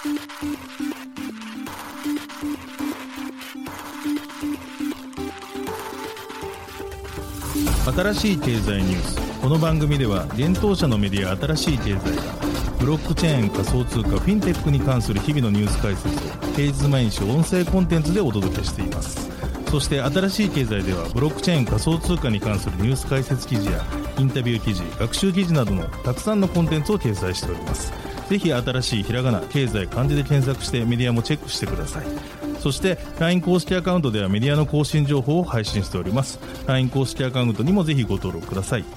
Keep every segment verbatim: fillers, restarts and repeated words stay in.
新しい経済ニュース。この番組では現当社のメディア新しい経済がブロックチェーン、仮想通貨、フィンテックに関する日々のニュース解説を平日毎日音声コンテンツでお届けしています。そして新しい経済ではブロックチェーン、仮想通貨に関するニュース解説記事やインタビュー記事、学習記事などのたくさんのコンテンツを掲載しております。ぜひ新しいひらがな、経済、漢字で検索してメディアもチェックしてください。そして ライン 公式アカウントではメディアの更新情報を配信しております。 ライン 公式アカウントにもぜひご登録ください。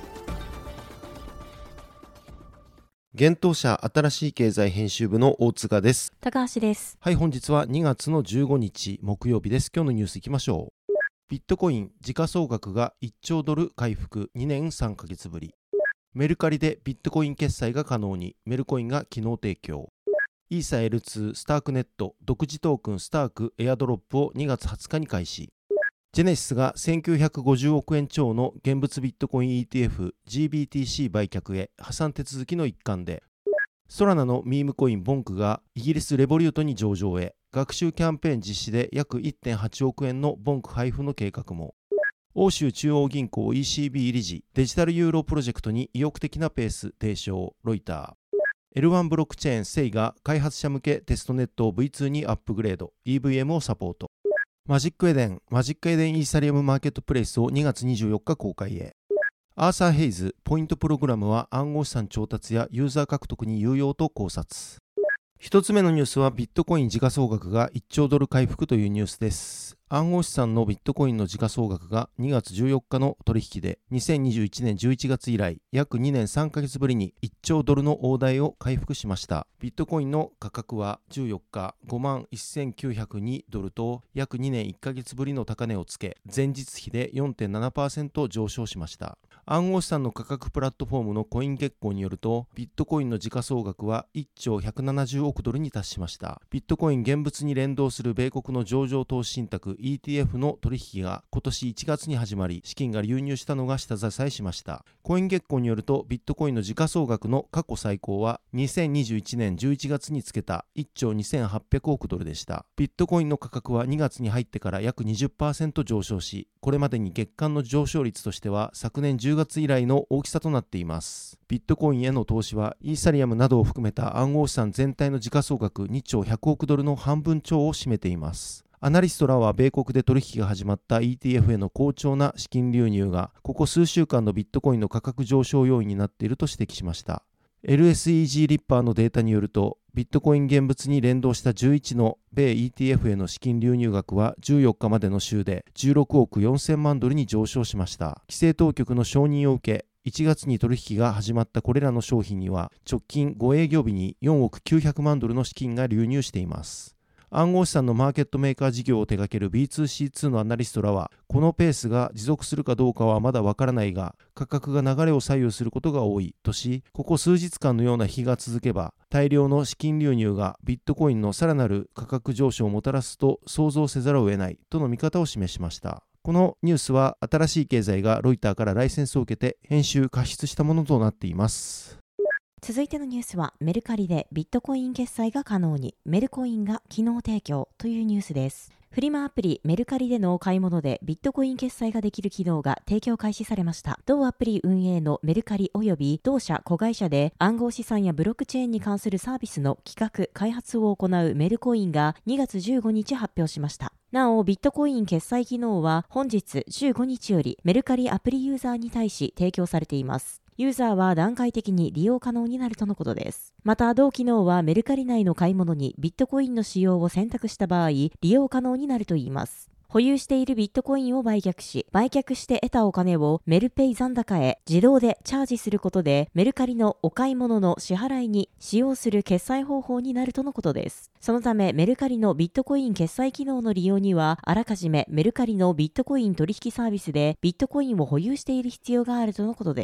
現当社新しい経済編集部の大塚です。 高橋です。 はい、本日はにがつのじゅうごにち木曜日です。今日のニュースいきましょう。ビットコイン時価総額がいっちょうドル回復、にねんさんかげつぶり。メルカリでビットコイン決済が可能に、メルコインが機能提供。イーサ エルツー スタークネット独自トークンスタークエアドロップをにがつはつかに開始。ジェネシスがせんきゅうひゃくごじゅうおくえん超の現物ビットコイン イーティーエフ ジービーティーシー 売却へ破産手続きの一環で、ソラナのミームコインボンクがイギリスレボリュートに上場へ、学習キャンペーン実施で約 いってんはちおくえんのボンク配布の計画も。欧州中央銀行 イーシービー 理事デジタルユーロプロジェクトに意欲的なペース提唱、ロイター。エルワン ブロックチェーン セイが開発者向けテストネットを ブイツー にアップグレード、 イーブイエム をサポート。マジックエデンマジックエデンイーサリアムマーケットプレイスをにがつにじゅうよっか公開へ。アーサー・ヘイズポイントプログラムは暗号資産調達やユーザー獲得に有用と考察。一つ目のニュースはビットコイン時価総額がいっちょうドル回復というニュースです。暗号資産のビットコインの時価総額がにがつじゅうよっかの取引でにせんにじゅういちねんじゅういちがつ以来約にねんさんかげつぶりにいっちょうドルの大台を回復しました。ビットコインの価格はじゅうよっかごまんせんきゅうひゃくにドルと約にねんいっかげつぶりの高値をつけ、前日比で よんてんななパーセント 上昇しました。暗号資産の価格プラットフォームのコイン月光によると、ビットコインの時価総額はいっちょうひゃくななじゅうおくドルに達しました。ビットコイン現物に連動する米国の上場投資信託 イーティーエフ の取引が今年いちがつに始まり、資金が流入したのが下支えしました。コイン月光によると、ビットコインの時価総額の過去最高はにせんにじゅういちねんじゅういちがつにつけたいっちょうにせんはっぴゃくおくドルでした。ビットコインの価格はにがつに入ってから約 にじゅっパーセント 上昇し、これまでに月間の上昇率としては昨年じゅうがつ以来の大きさとなっています。ビットコインへの投資はイーサリアムなどを含めた暗号資産全体の時価総額にちょうひゃくおくドルの半分超を占めています。アナリストらは米国で取引が始まった イーティーエフ への好調な資金流入がここ数週間のビットコインの価格上昇要因になっていると指摘しました。 エルエスイージー リッパーのデータによると、ビットコイン現物に連動したじゅういちの米 イーティーエフ への資金流入額はじゅうよっかまでの週でじゅうろくおくよんせんまんドルに上昇しました。規制当局の承認を受け、いちがつに取引が始まったこれらの商品には直近ご営業日によんおくきゅうひゃくまんドルの資金が流入しています。暗号資産のマーケットメーカー事業を手掛ける ビーツーシーツー のアナリストらは、このペースが持続するかどうかはまだわからないが、価格が流れを左右することが多いとし、ここ数日間のような日が続けば、大量の資金流入がビットコインのさらなる価格上昇をもたらすと想像せざるを得ないとの見方を示しました。このニュースは新しい経済がロイターからライセンスを受けて編集加筆したものとなっています。 続いてのニュースは、メルカリでビットコイン決済が可能に、メルコインが機能提供というニュースです。フリマアプリメルカリでの買い物でビットコイン決済ができる機能が提供開始されました。同アプリ運営のメルカリ及び同社子会社で暗号資産やブロックチェーンに関するサービスの企画・開発を行うメルコインがにがつじゅうごにち発表しました。なお、ビットコイン決済機能は本日じゅうごにちよりメルカリアプリユーザーに対し提供されています。ユーザーは段階的に利用可能になるとのことです。また、同機能はメルカリ内の買い物にビットコインの使用を選択した場合、利用可能になるといいます。保有しているビットコインを売却し、売却して得たお金をメルペイ残高へ自動でチャージすることで、メルカリのお買い物の支払いに使用する決済方法になるとのことです。そのため、メルカリのビットコイン決済機能の利用には、あらかじめメルカリのビットコイン取引サービスでビットコインを保有している必要があるとのことです。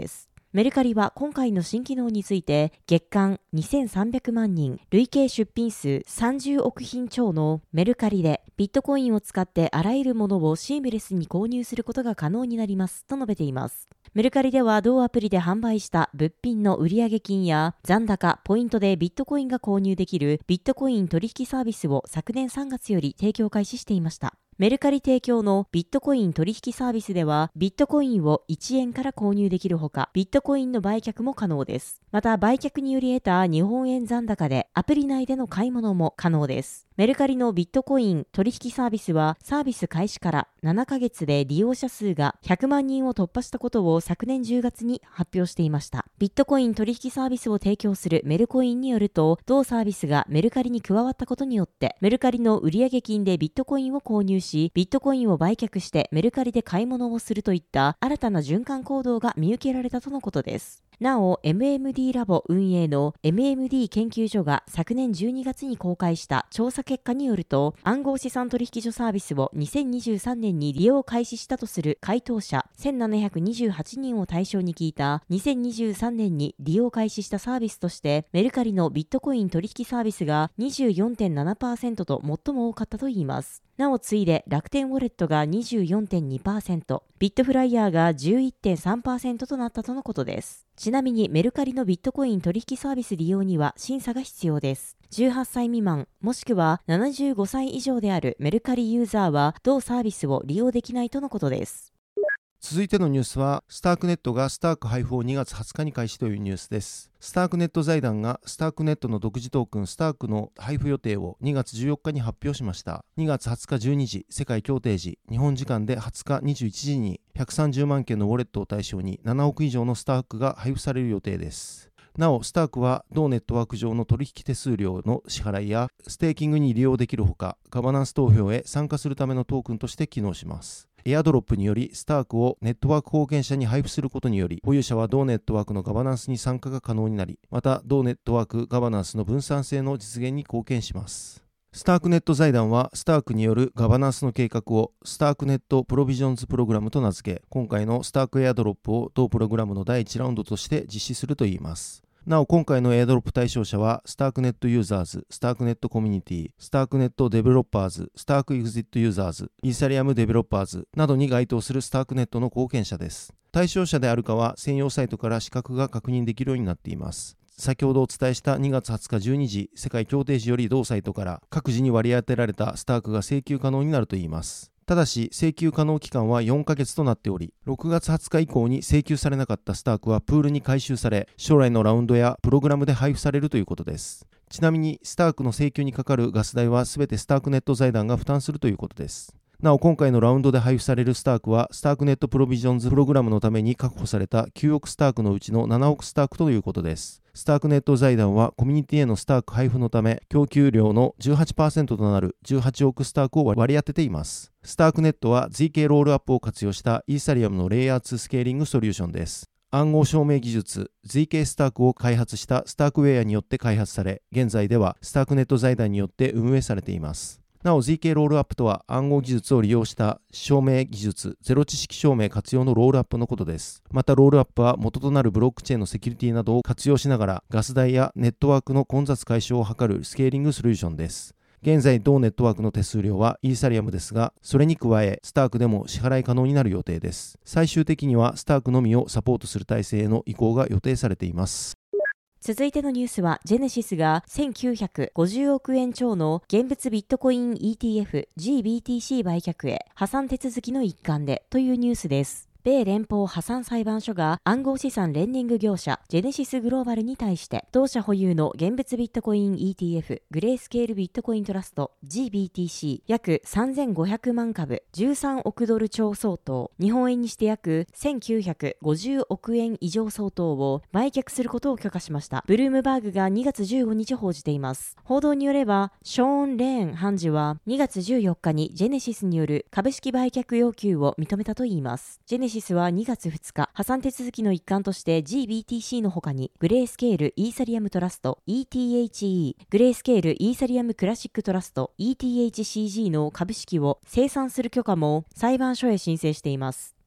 メルカリは今回の新機能について、月間にせんさんびゃくまんにん、累計出品数さんじゅうおくひん超のメルカリで、ビットコインを使ってあらゆるものをシームレスに購入することが可能になりますと述べています。メルカリでは同アプリで販売した物品の売上金や残高、ポイントでビットコインが購入できるビットコイン取引サービスを昨年さんがつより提供開始していました。メルカリ提供のビットコイン取引サービスでは、ビットコインをいちえんから購入できるほか、ビットコインの売却も可能です。また、売却により得た日本円残高でアプリ内での買い物も可能です。メルカリのビットコイン取引サービスは、サービス開始からななかげつで利用者数がひゃくまんにんを突破したことを昨年じゅうがつに発表していました。ビットコイン取引サービスを提供するメルコインによると、同サービスがメルカリに加わったことによって、メルカリの売上金でビットコインを購入し、ビットコインを売却してメルカリで買い物をするといった新たな循環行動が見受けられたとのことです。なお、エムエムディー ラボ運営の エムエムディー 研究所が昨年じゅうにがつに公開した調査結果によると、暗号資産取引所サービスをにせんにじゅうさんねんに利用開始したとする回答者せんななひゃくにじゅうはちにんを対象に聞いたにせんにじゅうさんねんに利用開始したサービスとしてメルカリのビットコイン取引サービスが にじゅうよんてんななパーセント と最も多かったといいます。なお次いで楽天ウォレットが にじゅうよんてんにパーセント、ビットフライヤーが じゅういってんさんパーセント となったとのことです。ちなみにメルカリのビットコイン取引サービス利用には審査が必要です。じゅうはっさい未満もしくはななじゅうごさい以上であるメルカリユーザーは同サービスを利用できないとのことです。 続いてのニュースは、スタークネットがスターク配布をにがつはつかに開始というニュースです。スタークネット財団がスタークネットの独自トークンスタークの配布予定をにがつじゅうよっかに発表しました。にがつはつかじゅうにじ、世界協定時、日本時間ではつかにじゅういちじにひゃくさんじゅうまんけんのウォレットを対象にななおく以上のスタークが配布される予定です。なお、スタークは同ネットワーク上の取引手数料の支払いやステーキングに利用できるほか、ガバナンス投票へ参加するためのトークンとして機能します。エアドロップによりスタークをネットワーク貢献者に配布することにより、保有者は同ネットワークのガバナンスに参加が可能になり、また同ネットワークガバナンスの分散性の実現に貢献します。スタークネット財団はスタークによるガバナンスの計画をスタークネットプロビジョンズプログラムと名付け、今回のスタークエアドロップを同プログラムのだいいちラウンドとして実施するといいます。なお、今回のエアドロップ対象者は、スタークネットユーザーズ、スタークネットコミュニティ、スタークネットデベロッパーズ、スタークエグジットユーザーズ、イーサリアムデベロッパーズなどに該当するスタークネットの貢献者です。対象者であるかは、専用サイトから資格が確認できるようになっています。先ほどお伝えしたにがつはつかじゅうにじ、世界協定時より同サイトから各自に割り当てられたスタークが請求可能になるといいます。ただし、請求可能期間はよんかげつとなっており、ろくがつはつか以降に請求されなかったスタークはプールに回収され、将来のラウンドやプログラムで配布されるということです。ちなみに、スタークの請求にかかるガス代はすべてスタークネット財団が負担するということです。なお、今回のラウンドで配布されるスタークは、スタークネットプロビジョンズプログラムのために確保されたきゅうおくスタークのうちのななおくスタークということです。スタークネット財団はコミュニティへのスターク配布のため、供給量の じゅうはちパーセント となるじゅうはちおくスタークを割り当てています。スタークネットは ゼッケー ロールアップを活用したイーサリアムのレイヤーツースケーリングソリューションです。暗号証明技術 ゼッケー スタークを開発したスタークウェアによって開発され、現在ではスタークネット財団によって運営されています。なお ゼッケー ロールアップとは暗号技術を利用した証明技術ゼロ知識証明活用のロールアップのことです。またロールアップは元となるブロックチェーンのセキュリティなどを活用しながらガス代やネットワークの混雑解消を図るスケーリングソリューションです。現在同ネットワークの手数料はイーサリアムですが、それに加えスタークでも支払い可能になる予定です。最終的にはスタークのみをサポートする体制への移行が予定されています。 続いてのニュースは、ジェネシスがせんきゅうひゃくごじゅうおくえん超の現物ビットコイン イーティーエフ ジービーティーシー 売却へ破産手続きの一環でというニュースです。米連邦破産裁判所が暗号資産レンディング業者ジェネシスグローバルに対して同社保有の現物ビットコイン イーティーエフ グレースケールビットコイントラスト ジービーティーシー 約さんぜんごひゃくまんかぶじゅうさんおくドル超相当、日本円にして約せんきゅうひゃくごじゅうおくえん以上相当を売却することを許可しました。ブルームバーグがにがつじゅうごにち報じています。報道によればショーン・レーン判事はにがつじゅうよっかにジェネシスによる株式売却要求を認めたといいます。ジェネシスはにがつふつか破産手続きの一環として ジービーティーシー の他にグレースケールイーサリアムトラスト イーティーエイチイー、グレースケールイーサリアムクラシックトラスト イーティーエイチシージー の株式を清算する許可も裁判所へ申請しています。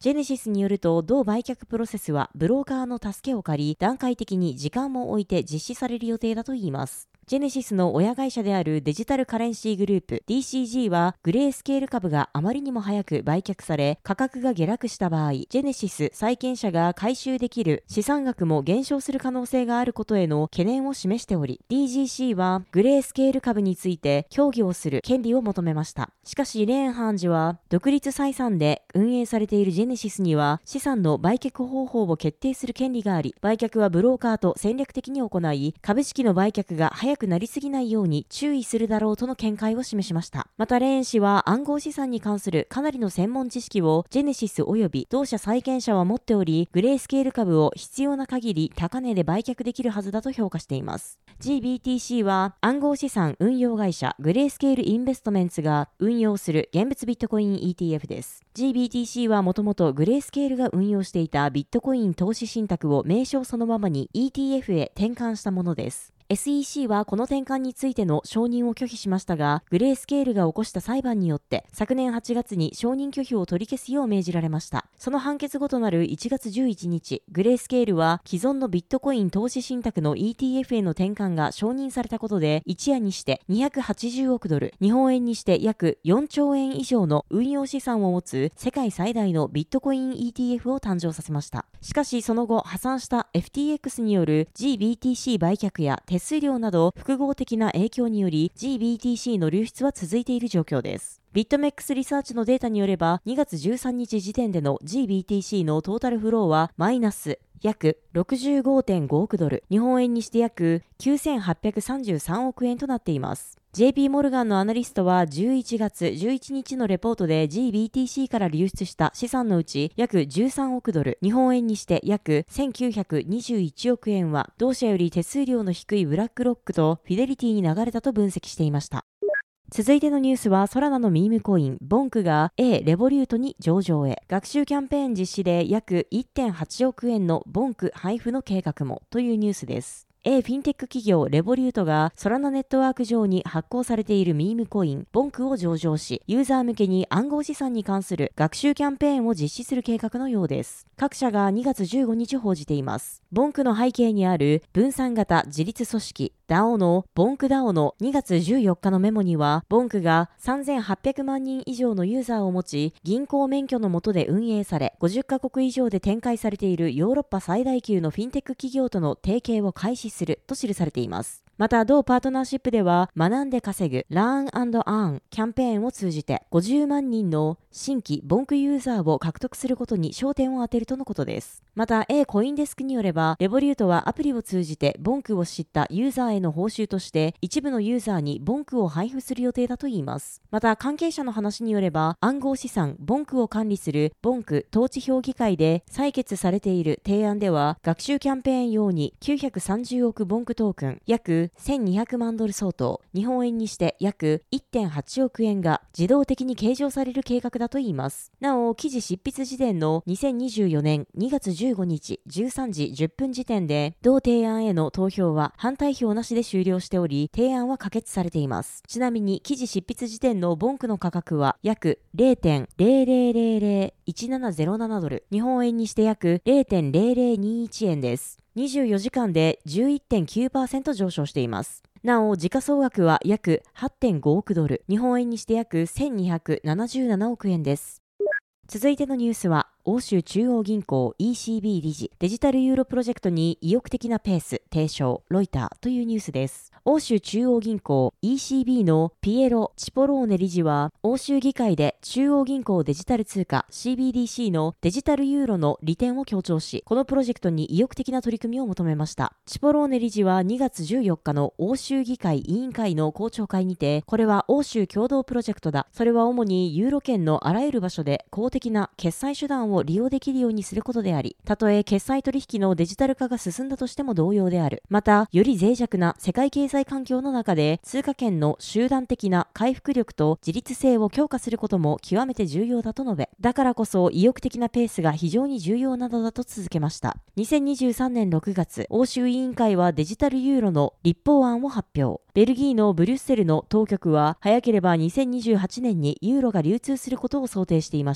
ジェネシスによると、同売却プロセスはブローカーの助けを借り、段階的に時間も置いて実施される予定だといいます。ジェネシスの親会社であるデジタルカレンシーグループ ディーシージー はグレースケール株があまりにも早く売却され価格が下落した場合、ジェネシス債権者が回収できる資産額も減少する可能性があることへの懸念を示しており、 ディージーシー はグレースケール株について協議をする権利を求めました。しかしレーンハンジは、独立採算で運営されているジェネシスには資産の売却方法を決定する権利があり、売却はブローカーと戦略的に行い、株式の売却が早くなりすぎないように注意するだろうとの見解を示しました。またレーン氏は、暗号資産に関するかなりの専門知識をジェネシス及び同社債権者は持っており、グレースケール株を必要な限り高値で売却できるはずだと評価しています。 ジービーティーシー は暗号資産運用会社グレースケールインベストメンツが運用する現物ビットコイン イーティーエフ です。 ジービーティーシー はもともとグレースケールが運用していたビットコイン投資信託を名称そのままに イーティーエフ へ転換したものです。エスイーシー はこの転換についての承認を拒否しましたが、グレースケールが起こした裁判によって昨年はちがつに承認拒否を取り消すよう命じられました。その判決後となるいちがつじゅういちにち、グレースケールは既存のビットコイン投資信託の イーティーエフ への転換が承認されたことで、一夜にしてにひゃくはちじゅうおくドル、日本円にして約よんちょうえん以上の運用資産を持つ世界最大のビットコイン イーティーエフ を誕生させました。しかしその後破産した エフティーエックス による ジービーティーシー 売却や手数料など複合的な影響により ジービーティーシー の流出は続いている状況です。ビットメックスリサーチのデータによれば、にがつじゅうさんにち時点での ジービーティーシー のトータルフローはマイナス約 ろくじゅうごてんごおくドル、日本円にして約きゅうせんはっぴゃくさんじゅうさんおくえんとなっています。ジェイピー モルガンのアナリストはじゅういちがつじゅういちにちのレポートで ジービーティーシー から流出した資産のうち約じゅうさんおくドル、日本円にして約せんきゅうひゃくにじゅういちおくえんは同社より手数料の低いブラックロックとフィデリティに流れたと分析していました。続いてのニュースは、ソラナのミームコインボンクが A レボリュートに上場へ、学習キャンペーン実施で約 いってんはちおくえんのボンク配布の計画もというニュースです。A フィンテック企業レボリュートがソラナネットワーク上に発行されているミームコインボンクを上場し、ユーザー向けに暗号資産に関する学習キャンペーンを実施する計画のようです。各社がにがつじゅうごにち報じています。ボンクの背景にある分散型自立組織 ダオ のボンク ダオ のにがつじゅうよっかのメモには、ボンクがさんぜんはっぴゃくまんにん以上のユーザーを持ち、銀行免許の下で運営され、ごじゅっかこく以上で展開されているヨーロッパ最大級のフィンテック企業との提携を開始すると記されています。また同パートナーシップでは、学んで稼ぐ Learn and Earn キャンペーンを通じてごじゅうまんにんの新規ボンクユーザーを獲得することに焦点を当てるとのことです。また A コインデスクによれば、レボリュートはアプリを通じてボンクを知ったユーザーへの報酬として一部のユーザーにボンクを配布する予定だといいます。また関係者の話によれば、暗号資産ボンクを管理するボンク統治評議会で採決されている提案では、学習キャンペーン用にきゅうひゃくさんじゅうおくボンクトークン約せんにひゃくまんドル相当、日本円にして約 いってんはちおくえんが自動的に計上される計画だといいます。なお、記事執筆時点のにせんにじゅうよねんにがつじゅうごにちじゅうさんじじゅっぷん時点で、同提案への投票は反対票なしで終了しており、提案は可決されています。ちなみに記事執筆時点のボンクの価格は約 れいてんぜろぜろぜろぜろいちななぜろななドル、日本円にして約 れいてんぜろぜろにいちえんです。にじゅうよじかんで じゅういってんきゅうパーセント 上昇しています。なお、時価総額は約 はってんごおくドル、日本円にして約せんにひゃくななじゅうななおくえんです。続いてのニュースは、欧州中央銀行 イーシービー 理事、デジタルユーロプロジェクトに意欲的なペース提唱、ロイターというニュースです。欧州中央銀行 イーシービー のピエロ・チポローネ理事は、欧州議会で中央銀行デジタル通貨 シービーディーシー のデジタルユーロの利点を強調し、このプロジェクトに意欲的な取り組みを求めました。チポローネ理事はにがつじゅうよっかの欧州議会委員会の公聴会にて、これは欧州共同プロジェクトだ。それは主にユーロ圏のあらゆる場所で公的な決済手段を利用できるようにすることであり、たとえ決済取引のデジタル化が進んだとしても同様である。また、より脆弱な世界経済環境の中で通貨圏の集団的な回復力と自立性を強化することも極めて重要だと述べ、だからこそ意欲的なペースが非常に重要なのだと続けました。にせんにじゅうさんねんろくがつ、欧州委員会はデジタルユーロの立法案を発表。ベルギーのブリュッセルの当局は、早ければにせんにじゅうはちねんにユーロが流通することを想定していました。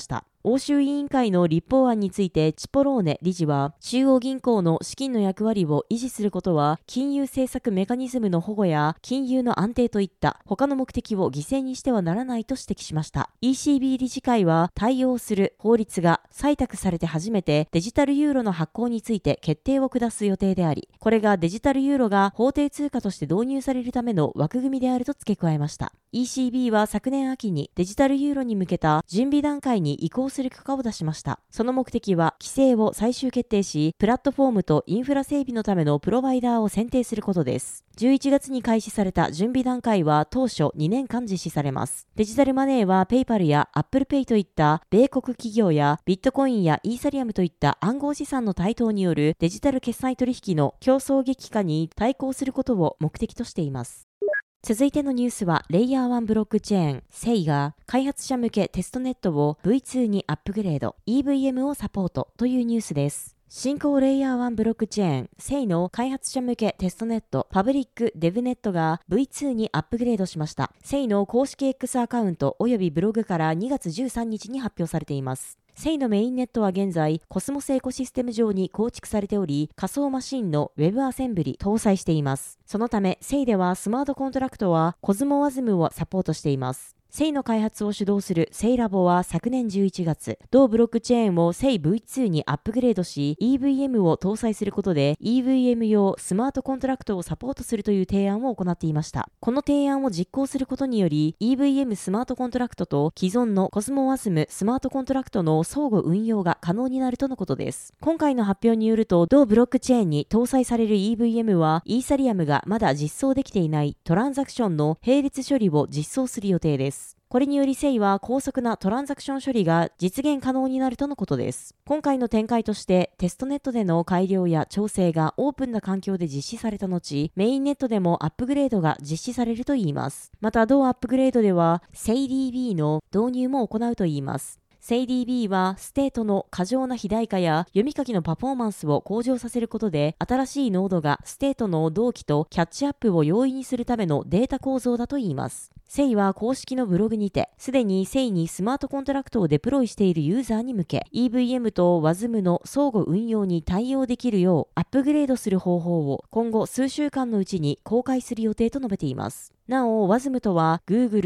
欧州委員会の立法案についてチポローネ理事は、中央銀行の資金の役割を維持することは金融政策メカニズムの保護や金融の安定といった他の目的を犠牲にしてはならないと指摘しました。 イーシービー 理事会は対応する法律が採択されて初めてデジタルユーロの発行について決定を下す予定であり、これがデジタルユーロが法定通貨として導入されるための枠組みであると付け加えました。 イーシービー は昨年秋にデジタルユーロに向けた準備段階に移行する許可を出しました。その目的は規制を最終決定し、プラットフォームとインフラ整備のためのプロバイダーを選定することです。じゅういちがつに開始された準備段階は当初にねんかん実施されます。デジタルマネーはペイパルやアップルペイといった米国企業やビットコインやイーサリアムといった暗号資産の台頭によるデジタル決済取引の競争激化に対抗することを目的としています。続いてのニュースは、レイヤーワンブロックチェーン セイ が開発者向けテストネットを ブイツー にアップグレード、 イーブイエム をサポートというニュースです。新興レイヤーワンブロックチェーン セイ の開発者向けテストネットパブリックデブネットが ブイツー にアップグレードしました。 セイ の公式 X アカウントおよびブログからにがつじゅうさんにちに発表されています。セイのメインネットは現在コスモスエコシステム上に構築されており、仮想マシンの Web アセンブリ搭載しています。そのためセイではスマートコントラクトはコズモワズムをサポートしています。セイの開発を主導するセイラボは昨年じゅういちがつ、同ブロックチェーンをセイ ブイツー にアップグレードし、イーブイエム を搭載することで イーブイエム 用スマートコントラクトをサポートするという提案を行っていました。この提案を実行することにより、イーブイエム スマートコントラクトと既存のコスモワズムスマートコントラクトの相互運用が可能になるとのことです。今回の発表によると、同ブロックチェーンに搭載される イーブイエム はイーサリアムがまだ実装できていないトランザクションの並列処理を実装する予定です。これによりセイは高速なトランザクション処理が実現可能になるとのことです。今回の展開としてテストネットでの改良や調整がオープンな環境で実施された後、メインネットでもアップグレードが実施されるといいます。また同アップグレードでは セイディービー の導入も行うといいます。セイディービー はステートの過剰な肥大化や読み書きのパフォーマンスを向上させることで、新しいノードがステートの同期とキャッチアップを容易にするためのデータ構造だといいます。セイは公式のブログにて、すでにセイにスマートコントラクトをデプロイしているユーザーに向け、イーブイエム と ワズム の相互運用に対応できるようアップグレードする方法を今後数週間のうちに公開する予定と述べています。なお、ワズム とは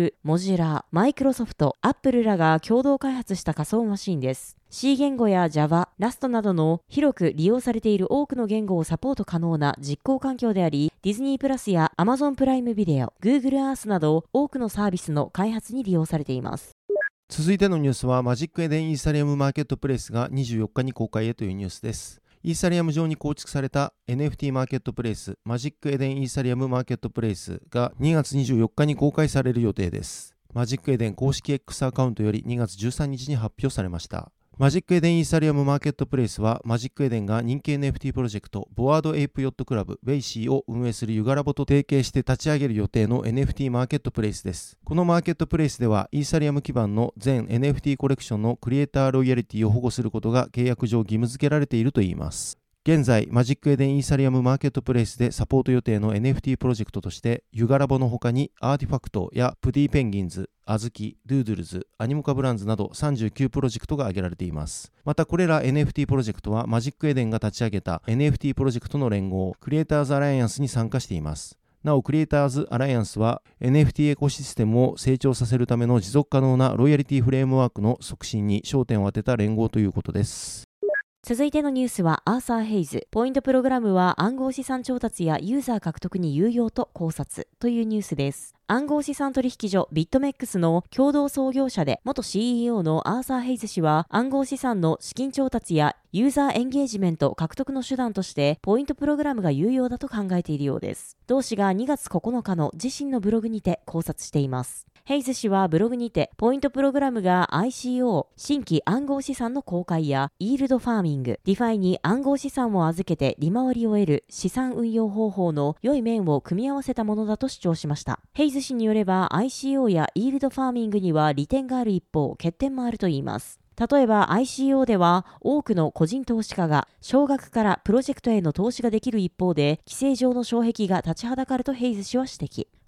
Google、Mozilla、Microsoft、Apple らが共同開発した仮想マシンです。C 言語や Java、Rust などの広く利用されている多くの言語をサポート可能な実行環境であり、ディズニープラスや Amazon プライムビデオ、Google Earth など多くのサービスの開発に利用されています。 続いてのニュースは、マジックエデンイーサリアムマーケットプレイスがにじゅうよっかに公開へというニュースです。イーサリアム上に構築された エヌエフティー マーケットプレイス、マジックエデンイーサリアムマーケットプレイスがにがつにじゅうよっかに公開される予定です。マジックエデン公式 X アカウントよりにがつじゅうさんにちに発表されました。マジックエデンイーサリアムマーケットプレイスは、マジックエデンが人気 エヌエフティー プロジェクト、ボワードエイプヨットクラブ、ウェイシーを運営するユガラボと提携して立ち上げる予定の エヌエフティー マーケットプレイスです。このマーケットプレイスでは、イーサリアム基盤の全 エヌエフティー コレクションのクリエイターロイヤリティを保護することが契約上義務付けられているといいます。現在、マジックエデンイーサリアムマーケットプレイスでサポート予定の エヌエフティー プロジェクトとして、ユガラボの他にアーティファクトやプディペンギンズ、アズキ、ドゥードゥルズ、アニモカブランズなどさんじゅうきゅうプロジェクトが挙げられています。またこれら エヌエフティー プロジェクトはマジックエデンが立ち上げた エヌエフティー プロジェクトの連合、クリエイターズアライアンスに参加しています。なお、クリエイターズアライアンスは エヌエフティー エコシステムを成長させるための持続可能なロイヤリティフレームワークの促進に焦点を当てた連合ということです。 続いてのニュースはアーサー・ヘイズ。ポイントプログラムは暗号資産調達やユーザー獲得に有用と考察というニュースです。暗号資産取引所ビットメックスの共同創業者で元 シーイーオー のアーサー・ヘイズ氏は、暗号資産の資金調達やユーザーエンゲージメント獲得の手段としてポイントプログラムが有用だと考えているようです。同氏がにがつここのかの自身のブログにて考察しています。ヘイズ氏はブログにて、ポイントプログラムが アイシーオー、新規暗号資産の公開や、イールドファーミング、ディファイに暗号資産を預けて利回りを得る資産運用方法の良い面を組み合わせたものだと主張しました。ヘイズ氏によれば アイシーオー やイールドファーミングには利点がある一方、欠点もあるといいます。例えば アイシーオー では多くの個人投資家が少額からプロジェクトへの投資ができる一方で、規制上の障壁が立ちはだかるとヘイズ氏は指摘。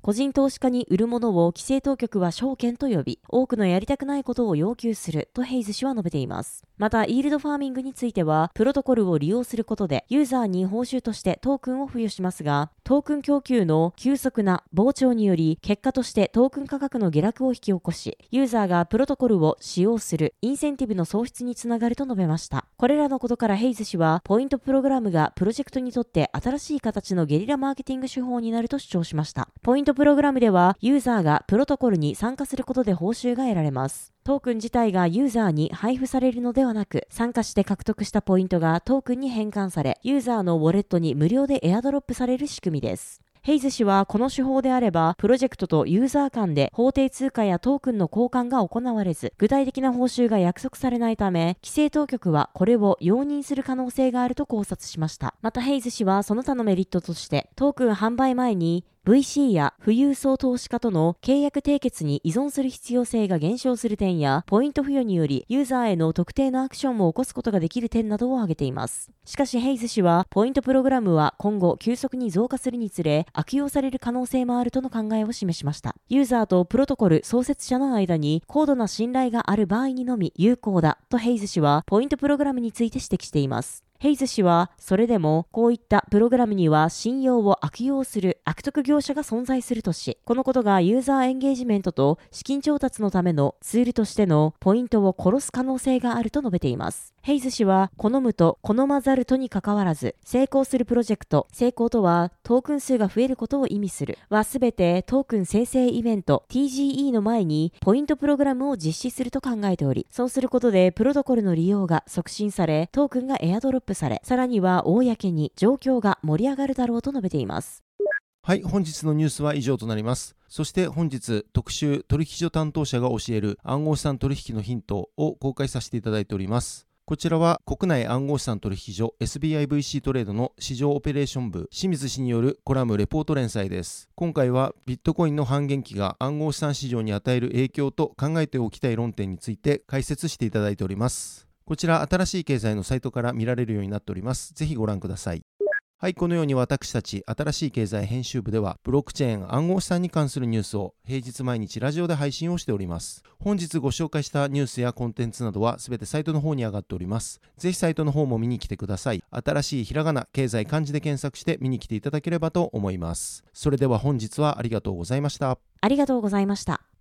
個人投資家に売るものを規制当局は証券と呼び、多くのやりたくないことを要求するとヘイズ氏は述べています。また、イールドファーミングについては、プロトコルを利用することで、ユーザーに報酬としてトークンを付与しますが、トークン供給の急速な膨張により、結果としてトークン価格の下落を引き起こし、ユーザーがプロトコルを使用するインセンティブの喪失につながると述べました。これらのことからヘイズ氏は、ポイントプログラムがプロジェクトにとって新しい形のゲリラマーケティング手法になると主張しました。ポイントプログラムでは、ユーザーがプロトコルに参加することで報酬が得られます。トークン自体がユーザーに配布されるのではなく、参加して獲得したポイントがトークンに変換され、ユーザーのウォレットに無料でエアドロップされる仕組みです。ヘイズ氏はこの手法であれば、プロジェクトとユーザー間で法定通貨やトークンの交換が行われず、具体的な報酬が約束されないため、規制当局はこれを容認する可能性があると考察しました。またヘイズ氏はその他のメリットとして、トークン販売前にブイシー や富裕層投資家との契約締結に依存する必要性が減少する点や、ポイント付与によりユーザーへの特定のアクションも起こすことができる点などを挙げています。しかしヘイズ氏は、ポイントプログラムは今後急速に増加するにつれ、悪用される可能性もあるとの考えを示しました。ユーザーとプロトコル創設者の間に高度な信頼がある場合にのみ有効だとヘイズ氏はポイントプログラムについて指摘しています。ヘイズ氏は、それでも、こういったプログラムには信用を悪用する悪徳業者が存在するとし、このことがユーザーエンゲージメントと資金調達のためのツールとしてのポイントを殺す可能性があると述べています。ヘイズ氏は、好むと好まざるとにかかわらず、成功するプロジェクト、成功とはトークン数が増えることを意味する、はすべてトークン生成イベント ティージーイー の前にポイントプログラムを実施すると考えており、そうすることでプロトコルの利用が促進され、トークンがエアドロップされ、さらには公に状況が盛り上がるだろうと述べています。 はい、本日のニュースは以上となります。そして本日特集取引所担当者が教える暗号資産取引のヒントを公開させていただいております。こちらは国内暗号資産取引所 エスビーアイブイシー トレードの市場オペレーション部清水氏によるコラムレポート連載です。今回はビットコインの半減期が暗号資産市場に与える影響と考えておきたい論点について解説していただいております。こちら新しい経済のサイトから見られるようになっております。ぜひご覧ください。はい、このように私たち新しい経済編集部ではブロックチェーン暗号資産に関するニュースを平日毎日ラジオで配信をしております。本日ご紹介したニュースやコンテンツなどはすべてサイトの方に上がっております。ぜひサイトの方も見に来てください。新しいひらがな経済漢字で検索して見に来ていただければと思います。それでは本日はありがとうございました。 ありがとうございました。